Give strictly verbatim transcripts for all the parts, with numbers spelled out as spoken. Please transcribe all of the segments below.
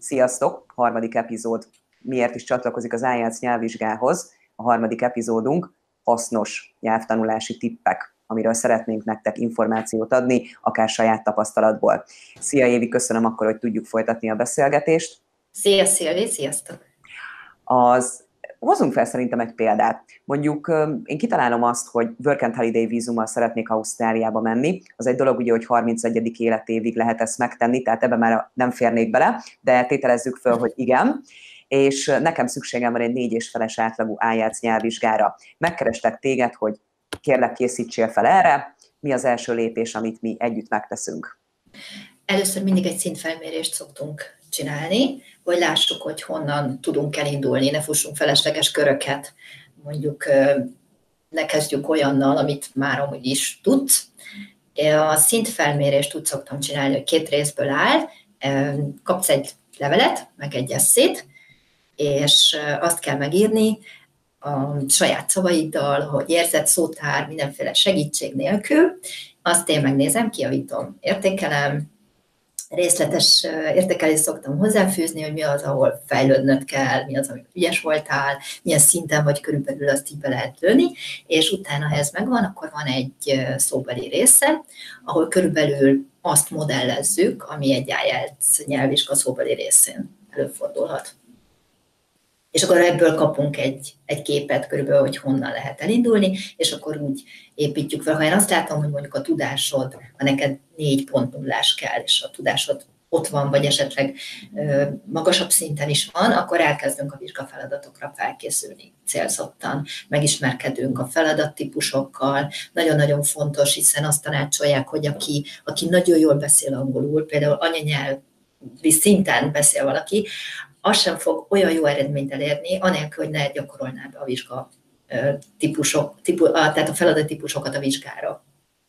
Sziasztok! Harmadik epizód. Miért is csatlakozik az i e el té es nyelvvizsgához? A harmadik epizódunk hasznos nyelvtanulási tippek, amiről szeretnénk nektek információt adni, akár saját tapasztalatból. Szia Évi, köszönöm akkor, hogy tudjuk folytatni a beszélgetést. Szia Szilvi, sziasztok! Az, hozunk fel szerintem egy példát. Mondjuk én kitalálom azt, hogy Work and Holiday vízummal szeretnék Ausztráliába menni. Az egy dolog ugye, hogy harmincegyedik életévig lehet ezt megtenni, tehát ebbe már nem férnék bele, de tételezzük föl, hogy igen. És nekem szükségem van egy négy és feles átlagú i e el té es nyelvvizsgára. Megkerestek téged, hogy kérlek készítsél fel erre. Mi az első lépés, amit mi együtt megteszünk? Először mindig egy szintfelmérést szoktunk csinálni, hogy lássuk, hogy honnan tudunk elindulni, ne fussunk felesleges köröket. Mondjuk ne kezdjük olyannal, amit már amúgy is tudsz. A szintfelmérést úgy szoktam csinálni, hogy két részből áll. Kapsz egy levelet, meg egy esszét, és azt kell megírni a saját szavaiddal, hogy érzett szótár, mindenféle segítség nélkül. Azt én megnézem, kijavítom, értékelem, részletes értékelést szoktam hozzáfűzni, hogy mi az, ahol fejlődnöd kell, mi az, amit ügyes voltál, milyen szinten vagy körülbelül, azt így be lehet lőni, és utána, ha ez megvan, akkor van egy szóbeli része, ahol körülbelül azt modellezzük, ami egy i e el té es nyelvvizsga szóbeli részén előfordulhat. És akkor ebből kapunk egy, egy képet körülbelül, hogy honnan lehet elindulni, és akkor úgy építjük fel. Ha én azt látom, hogy mondjuk a tudásod, ha neked négy pont nullás kell, és a tudásod ott van, vagy esetleg ö, magasabb szinten is van, akkor elkezdünk a vizsgafeladatokra felkészülni célzottan. Megismerkedünk a feladattípusokkal. Nagyon-nagyon fontos, hiszen azt tanácsolják, hogy aki, aki nagyon jól beszél angolul, például anyanyelvi szinten beszél valaki, az sem fog olyan jó eredményt elérni, anélkül, hogy ne gyakorolná be a vizsga típusok, típu, tehát a feladattípusokat a vizsgára.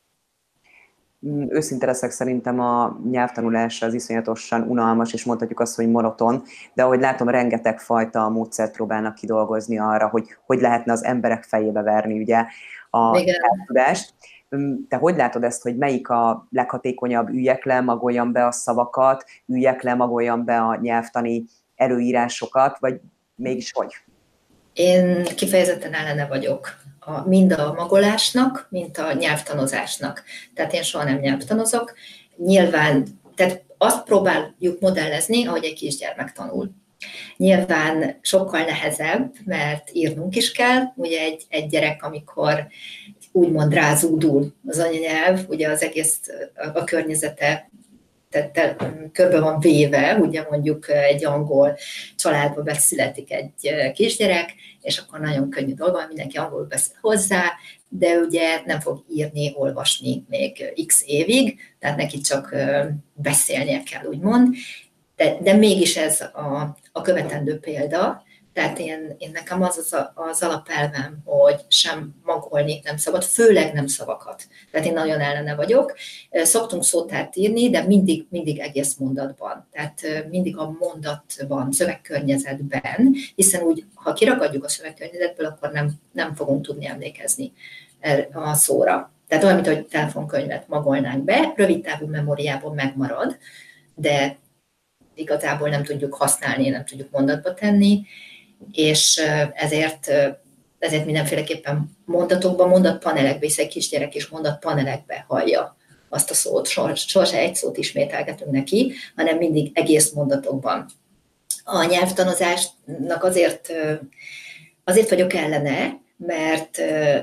Őszinte leszek, szerintem a nyelvtanulás az iszonyatosan unalmas, és mondhatjuk azt, hogy monoton, de ahogy látom, rengeteg fajta módszert próbálnak kidolgozni arra, hogy hogy lehetne az emberek fejébe verni ugye a tudást. Te hogy látod ezt, hogy melyik a leghatékonyabb? Üljek le, magoljam be a szavakat, üljek le, magoljam be a nyelvtani előírásokat, vagy mégis hogy? Én kifejezetten ellene vagyok. A, mind a magolásnak, mind a nyelvtanozásnak. Tehát én soha nem nyelvtanozok. Nyilván, tehát azt próbáljuk modellezni, ahogy egy kisgyermek tanul. Nyilván sokkal nehezebb, mert írnunk is kell. Ugye egy, egy gyerek, amikor úgymond rázúdul az anyanyelv, ugye az egész a, a környezete tehát körbe van véve, ugye mondjuk egy angol családba beszületik egy kisgyerek, és akkor nagyon könnyű dolga, mindenki angolul beszél hozzá, de ugye nem fog írni, olvasni még x évig, tehát neki csak beszélnie kell, úgymond. De, de mégis ez a, a követendő példa, tehát én, én nekem az, az az alapelvem, hogy sem magolni nem szabad, főleg nem szavakat. Tehát én nagyon ellene vagyok. Szoktunk szótárt írni, de mindig, mindig egész mondatban. Tehát mindig a mondatban, szövegkörnyezetben, hiszen úgy, ha kirakadjuk a szövegkörnyezetből, akkor nem, nem fogunk tudni emlékezni a szóra. Tehát olyan, mint hogy telefonkönyvet magolnánk be, rövid távú memóriában megmarad, de igazából nem tudjuk használni, nem tudjuk mondatba tenni, és ezért, ezért mindenféleképpen mondatokban, mondatpanelekbe, hisz egy kisgyerek is mondatpanelekbe hallja azt a szót. Sohasem egy szót ismételgetünk neki, hanem mindig egész mondatokban. A nyelvtanozásnak azért, azért vagyok ellene, mert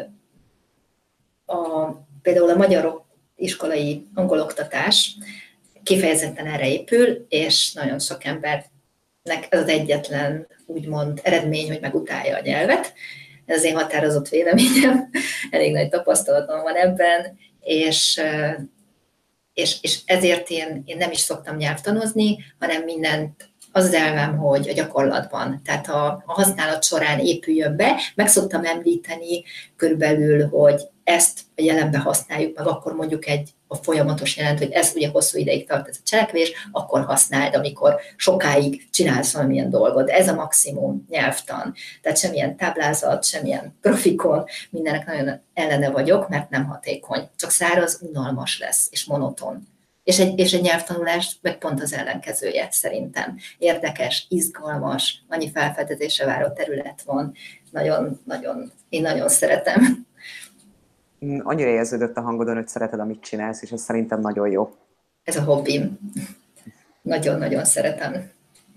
a, például a magyar iskolai angoloktatás kifejezetten erre épül, és nagyon sok embernek ez az egyetlen úgymond eredmény, hogy megutálja a nyelvet. Ez az én határozott véleményem, elég nagy tapasztalatom van ebben, és, és, és ezért én, én nem is szoktam nyelvtanozni, hanem mindent az az elvem, hogy a gyakorlatban, tehát a, a használat során épüljön be. Meg szoktam említeni körülbelül, hogy ezt a jelenben használjuk, meg akkor mondjuk egy a folyamatos jelent, hogy ez ugye hosszú ideig tart ez a cselekvés, akkor használd, amikor sokáig csinálsz valamilyen dolgot. Ez a maximum nyelvtan. Tehát semmilyen táblázat, semmilyen grafikon, mindenek nagyon ellene vagyok, mert nem hatékony. Csak száraz, unalmas lesz, és monoton. És egy, és egy nyelvtanulás meg pont az ellenkezője szerintem. Érdekes, izgalmas, annyi felfedezésre váró terület van. Nagyon, nagyon, én nagyon szeretem. Annyira érződött a hangodon, hogy szereted, amit csinálsz, és ez szerintem nagyon jó. Ez a hobbim. Nagyon-nagyon szeretem.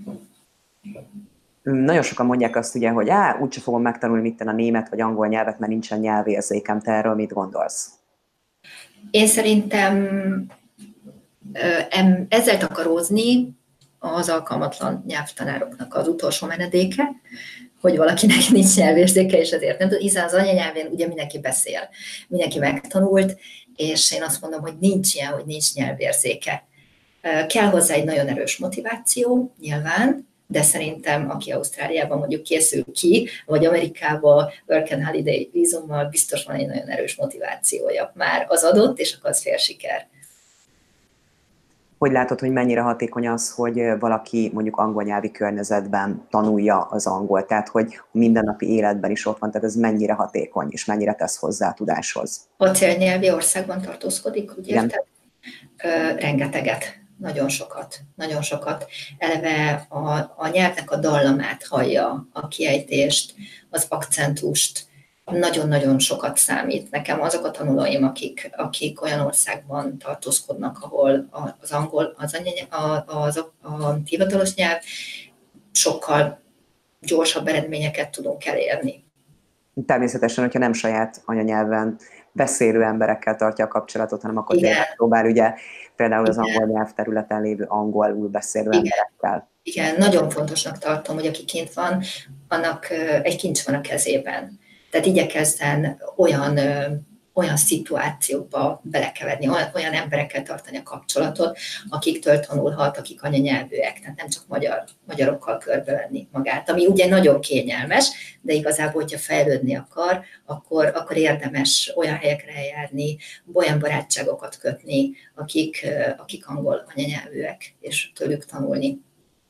Nagyon sokan mondják azt ugye, hogy á, úgyse fogom megtanulni mitten a német vagy angol nyelvet, mert nincsen nyelvérzékem. Te erről mit gondolsz? Én szerintem ezzel takarózni az alkalmatlan nyelvtanároknak az utolsó menedéke, hogy valakinek nincs nyelvérzéke, és ezért nem tud, hiszen az anyanyelvén ugye mindenki beszél, mindenki megtanult, és én azt mondom, hogy nincs ilyen, hogy nincs nyelvérzéke. Kell hozzá egy nagyon erős motiváció, nyilván, de szerintem, aki Ausztráliában mondjuk készül ki, vagy Amerikába Work and Holiday vízummal, biztos van egy nagyon erős motivációja. Már az adott, és akkor az fél siker. Hogy látod, hogy mennyire hatékony az, hogy valaki mondjuk angol nyelvi környezetben tanulja az angol, tehát hogy mindennapi életben is ott van, tehát ez mennyire hatékony, és mennyire tesz hozzá a tudáshoz? Acélnyelvi országban tartózkodik, úgy érted? Ö, rengeteget, nagyon sokat, nagyon sokat. Eleve a, a nyelvnek a dallamát hallja, a kiejtést, az akcentust, nagyon-nagyon sokat számít. Nekem azok a tanulóim, akik, akik olyan országban tartózkodnak, ahol az angol, az, anyanyelv, az a, a hivatalos nyelv, sokkal gyorsabb eredményeket tudunk elérni. Természetesen, hogyha nem saját anyanyelven beszélő emberekkel tartja a kapcsolatot, hanem akkor tényleg próbál ugye például az angol nyelv területen lévő angolul beszélő Igen. emberekkel. Igen, nagyon fontosnak tartom, hogy aki kint van, annak egy kincs van a kezében. Tehát igyekezzen olyan, olyan szituációkba belekeverni, olyan emberekkel tartani a kapcsolatot, akiktől tanulhat, akik anyanyelvűek, tehát nem csak magyar, magyarokkal körbevenni magát, ami ugye nagyon kényelmes, de igazából, hogyha fejlődni akar, akkor, akkor érdemes olyan helyekre eljárni, olyan barátságokat kötni, akik, akik angol anyanyelvűek, és tőlük tanulni.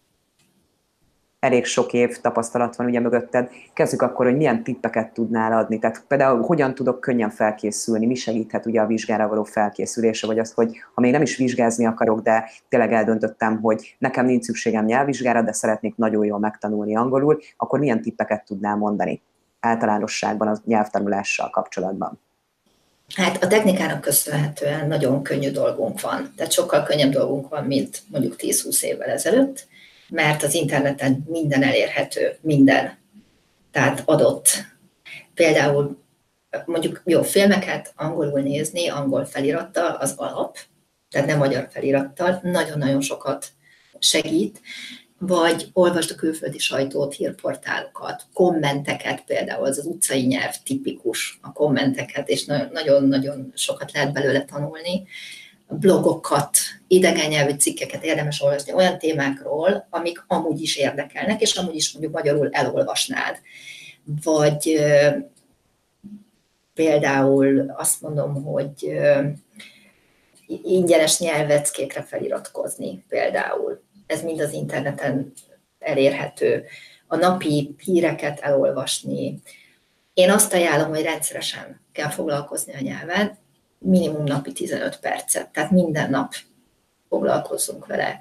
Elég sok év tapasztalat van ugye mögötted. Kezdjük akkor, hogy milyen tippeket tudnál adni. Tehát például hogyan tudok könnyen felkészülni, mi segíthet ugye a vizsgára való felkészülésre, vagy azt, hogy ha még nem is vizsgázni akarok, de tényleg eldöntöttem, hogy nekem nincs szükségem nyelvvizsgára, de szeretnék nagyon jól megtanulni angolul, akkor milyen tippeket tudnál mondani általánosságban a nyelvtanulással kapcsolatban? Hát a technikának köszönhetően nagyon könnyű dolgunk van. Tehát sokkal könnyebb dolgunk van, mint mondjuk tíz-húsz évvel ezelőtt, mert az interneten minden elérhető, minden. Tehát adott. Például mondjuk jó filmeket angolul nézni, angol felirattal az alap, tehát nem magyar felirattal, nagyon-nagyon sokat segít, vagy olvasd a külföldi sajtót, hírportálokat, kommenteket, például az az utcai nyelv tipikus, a kommenteket, és nagyon-nagyon sokat lehet belőle tanulni. Blogokat, idegen nyelvű cikkeket érdemes olvasni olyan témákról, amik amúgy is érdekelnek, és amúgy is mondjuk magyarul elolvasnád. Vagy e, például azt mondom, hogy e, ingyenes nyelveckékre feliratkozni például. Ez mind az interneten elérhető. A napi híreket elolvasni. Én azt ajánlom, hogy rendszeresen kell foglalkozni a nyelven, minimum napi tizenöt percet, tehát minden nap foglalkozzunk vele.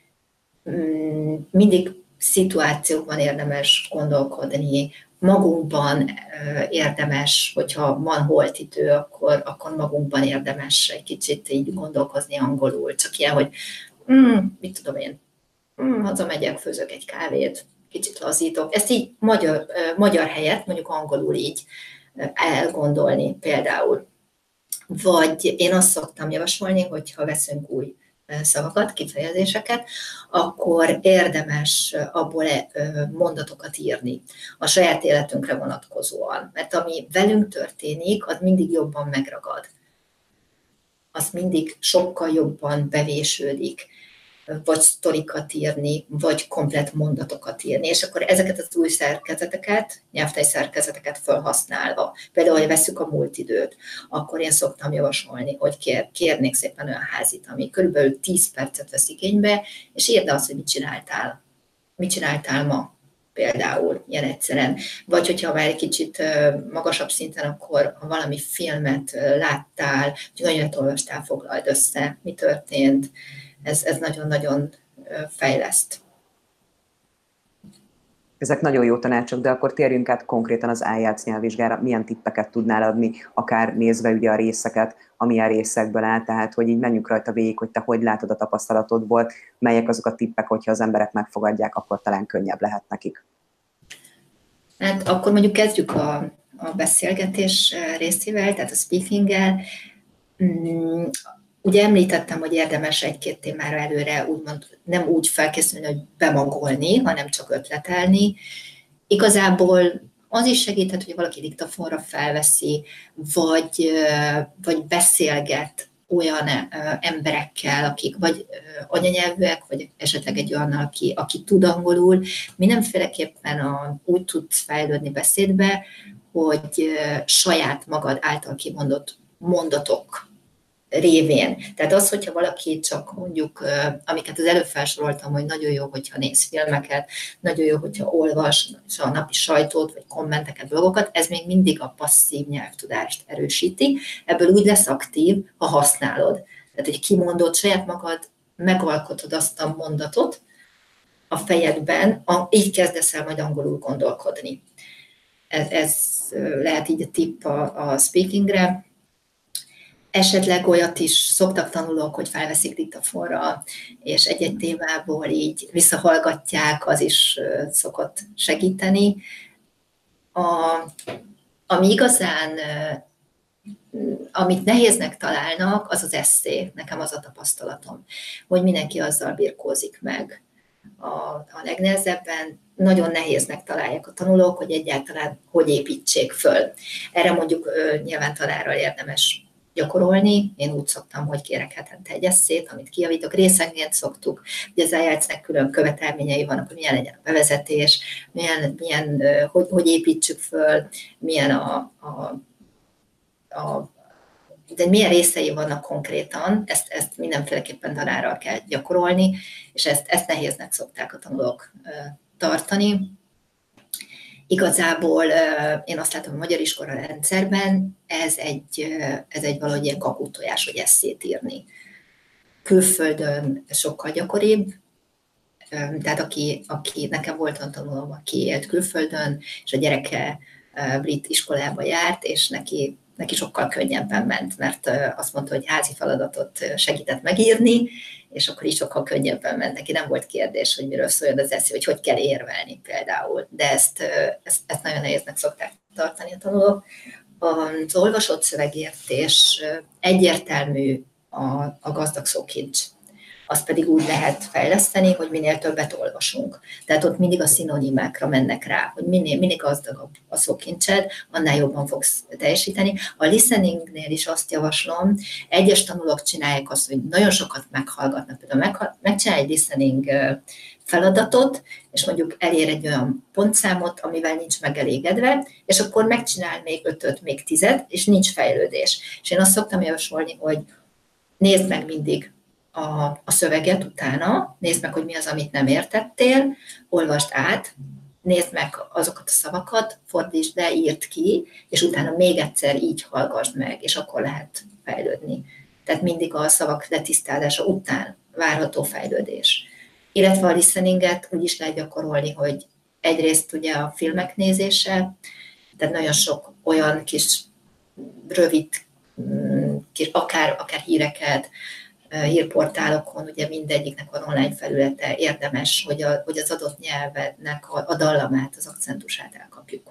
Mindig szituációkban érdemes gondolkodni, magunkban érdemes, hogyha van holt idő, akkor, akkor magunkban érdemes egy kicsit így gondolkozni angolul. Csak ilyen, hogy mm, mit tudom én, mm, hazamegyek, főzök egy kávét, kicsit lazítok. Ezt így magyar, magyar helyett mondjuk angolul így elgondolni például. Vagy én azt szoktam javasolni, hogy ha veszünk új szavakat, kifejezéseket, akkor érdemes abból mondatokat írni a saját életünkre vonatkozóan. Mert ami velünk történik, az mindig jobban megragad. Az mindig sokkal jobban bevésődik. Vagy sztorikat írni, vagy komplett mondatokat írni, és akkor ezeket az új szerkezeteket, nyelvtani szerkezeteket felhasználva, például, hogy veszük a múlt időt, akkor én szoktam javasolni, hogy kér, kérnék szépen olyan házit, ami körülbelül tíz percet vesz igénybe, és írd azt, hogy mit csináltál, mit csináltál ma. például ilyen egyszerűen. Vagy hogyha már egy kicsit magasabb szinten, akkor ha valami filmet láttál, könyvet olvastál, foglald össze, mi történt. Ez, ez nagyon-nagyon fejleszt. Ezek nagyon jó tanácsok, de akkor térjünk át konkrétan az i e el té es nyelvvizsgára. Milyen tippeket tudnál adni, akár nézve ugye a részeket, amilyen részekből áll, tehát hogy így menjünk rajta végig, hogy te hogy látod a tapasztalatodból, melyek azok a tippek, hogyha az emberek megfogadják, akkor talán könnyebb lehet nekik. Hát akkor mondjuk kezdjük a, a beszélgetés részével, tehát a speakinggel. Ugye említettem, hogy érdemes egy-két témára előre úgymond nem úgy felkészülni, hogy bemagolni, hanem csak ötletelni. Igazából az is segíthet, hogy valaki diktafonra felveszi, vagy, vagy beszélget olyan emberekkel, akik vagy anyanyelvűek, vagy esetleg egy olyannal, aki, aki tud angolul. Mindenféleképpen a, úgy tudsz fejlődni beszédbe, hogy saját magad által kimondott mondatok révén. Tehát az, hogyha valaki csak mondjuk, amiket az előbb felsoroltam, hogy nagyon jó, hogyha néz filmeket, nagyon jó, hogyha olvas a napi sajtót, vagy kommenteket, dolgokat, ez még mindig a passzív nyelvtudást erősíti. Ebből úgy lesz aktív, ha használod. Tehát, hogy kimondod saját magad, megalkotod azt a mondatot a fejedben, a, így kezdesz el majd angolul gondolkodni. Ez, ez lehet így a tipp a, a speakingre. Esetleg olyat is szoktak tanulók, hogy felveszik diktafonra, és egy-egy témából így visszahallgatják, az is szokott segíteni. A, ami igazán, amit nehéznek találnak, az az esszé, nekem az a tapasztalatom, hogy mindenki azzal birkózik meg. A, a legnehezebben nagyon nehéznek találják a tanulók, hogy egyáltalán hogy építsék föl. Erre mondjuk nyilván tanárral érdemes gyakorolni. Én úgy szoktam, hogy kérek hetente egy esszét, amit kijavítok. Részenként szoktuk, hogy az i e el té es-nek külön követelményei vannak, hogy milyen legyen a bevezetés, milyen, milyen, hogy, hogy építsük föl, milyen a, a, a de milyen részei vannak konkrétan, ezt, ezt mindenféleképpen tanárral kell gyakorolni, és ezt, ezt nehéznek szokták a tanulók tartani. Igazából én azt látom, hogy a magyar iskola rendszerben ez egy, ez egy valahogy ilyen kakútojás, hogy esszét írni. Külföldön sokkal gyakoribb, tehát aki, aki nekem volt olyan tanulóm, aki élt külföldön, és a gyereke brit iskolába járt, és neki, neki sokkal könnyebben ment, mert azt mondta, hogy házi feladatot segített megírni, és akkor is sokkal könnyebben ment. Neki nem volt kérdés, hogy miről szóljon az eszé, hogy hogy kell érvelni például. De ezt, ezt, ezt nagyon nehéznek szokták tartani a tanulók. Az olvasott szövegértés egyértelmű a, a gazdag szókincs. Azt pedig úgy lehet fejleszteni, hogy minél többet olvasunk. Tehát ott mindig a szinonimákra mennek rá, hogy minél, minél gazdagabb a szókincsed, annál jobban fogsz teljesíteni. A listeningnél is azt javaslom, egyes tanulók csinálják azt, hogy nagyon sokat meghallgatnak. Például megcsinálj egy listening feladatot, és mondjuk elér egy olyan pontszámot, amivel nincs megelégedve, és akkor megcsinál még ötöt, még tizet, és nincs fejlődés. És én azt szoktam javasolni, hogy nézd meg mindig A, a szöveget utána, nézd meg, hogy mi az, amit nem értettél, olvasd át, nézd meg azokat a szavakat, fordítsd le, írd ki, és utána még egyszer így hallgassd meg, és akkor lehet fejlődni. Tehát mindig a szavak letisztázása után várható fejlődés. Illetve a listeninget úgy is lehet gyakorolni, hogy egyrészt ugye a filmek nézése, tehát nagyon sok olyan kis rövid, kis, akár, akár híreket, hírportálokon, ugye mindegyiknek van online felülete, érdemes, hogy, a, hogy az adott nyelvednek a, a dallamát, az akcentusát elkapjuk.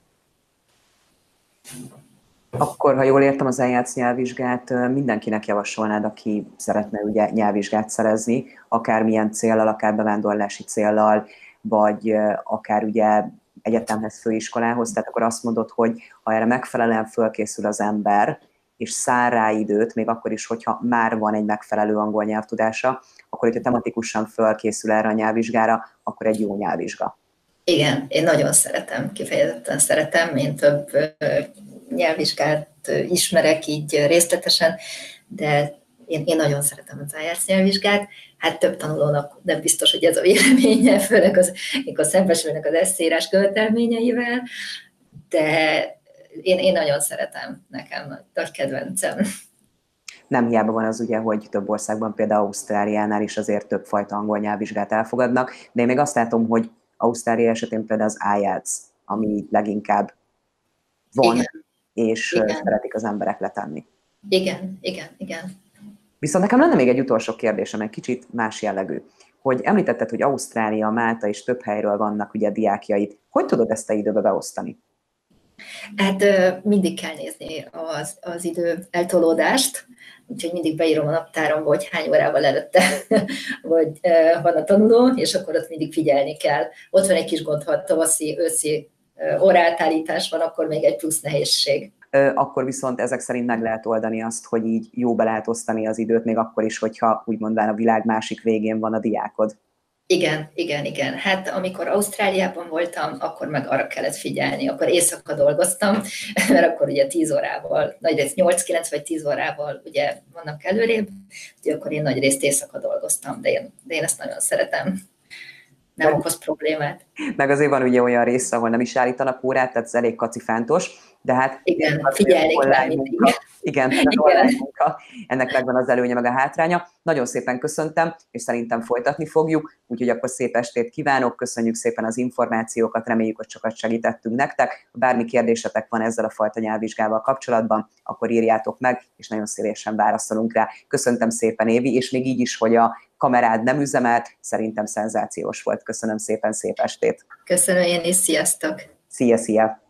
Akkor, ha jól értem, az i e el té es nyelvvizsgát mindenkinek javasolnád, aki szeretne ugye nyelvvizsgát szerezni, akármilyen céllal, akár bevándorlási céllal, vagy akár ugye egyetemhez, főiskolához, tehát akkor azt mondod, hogy ha erre megfelelően fölkészül az ember, és szár rá időt, még akkor is, hogyha már van egy megfelelő angol nyelvtudása, akkor, hogyha tematikusan fölkészül erre a nyelvvizsgára, akkor egy jó nyelvvizsga. Igen, én nagyon szeretem, kifejezetten szeretem, én több nyelvvizsgát ismerek így részletesen, de Én, én nagyon szeretem az i e el té es nyelvvizsgát, hát több tanulónak nem biztos, hogy ez a véleménye, főleg az, amikor szembesülnek az esszérás követelményeivel, de én, én nagyon szeretem, nekem nagy, nagy kedvencem. Nem hiába van az ugye, hogy több országban, például Ausztráliánál is azért több fajta angol nyelvvizsgát elfogadnak, de én még azt látom, hogy Ausztrália esetén például az i e el té es, ami leginkább van, igen, és igen, szeretik az emberek letenni. Igen, igen, igen. Viszont nekem lenne még egy utolsó kérdésem, egy kicsit más jellegű, hogy említetted, hogy Ausztrália, Málta és több helyről vannak ugye diákjaid. Hogy tudod ezt a időbe beosztani? Hát mindig kell nézni az, az idő eltolódást, úgyhogy mindig beírom a naptáromba, hogy hány órával előtte vagy van a tanuló, és akkor ott mindig figyelni kell. Ott van egy kis gond, ha tavaszi, őszi óráltállítás van, akkor még egy plusz nehézség. Akkor viszont ezek szerint meg lehet oldani azt, hogy így jó be lehet osztani az időt, még akkor is, hogyha úgymondván a világ másik végén van a diákod. Igen, igen, igen. Hát amikor Ausztráliában voltam, akkor meg arra kellett figyelni, akkor éjszaka dolgoztam, mert akkor ugye tíz órával, nagyrészt nyolc-kilenc vagy tíz órával ugye vannak előrébb, úgyhogy akkor én nagyrészt éjszaka dolgoztam, de én, de én ezt nagyon szeretem. Nem meg, okoz problémát. Meg azért van ugye olyan rész, ahol nem is állítanak órát, tehát ez elég kacifántos, de hát... Igen, figyelni kell mindig. Igen, igen. Munka, ennek megvan az előnye, meg a hátránya. Nagyon szépen köszöntem, és szerintem folytatni fogjuk, úgyhogy akkor szép estét kívánok, köszönjük szépen az információkat, reméljük, hogy sokat segítettünk nektek. Ha bármi kérdésetek van ezzel a fajta nyelvvizsgával kapcsolatban, akkor írjátok meg, és nagyon szívesen válaszolunk rá. Köszöntem szépen, Évi, és még így is, hogy a kamerád nem üzemelt, szerintem szenzációs volt. Köszönöm szépen, szép estét! Köszönöm én is, sziasztok! Szia, szia!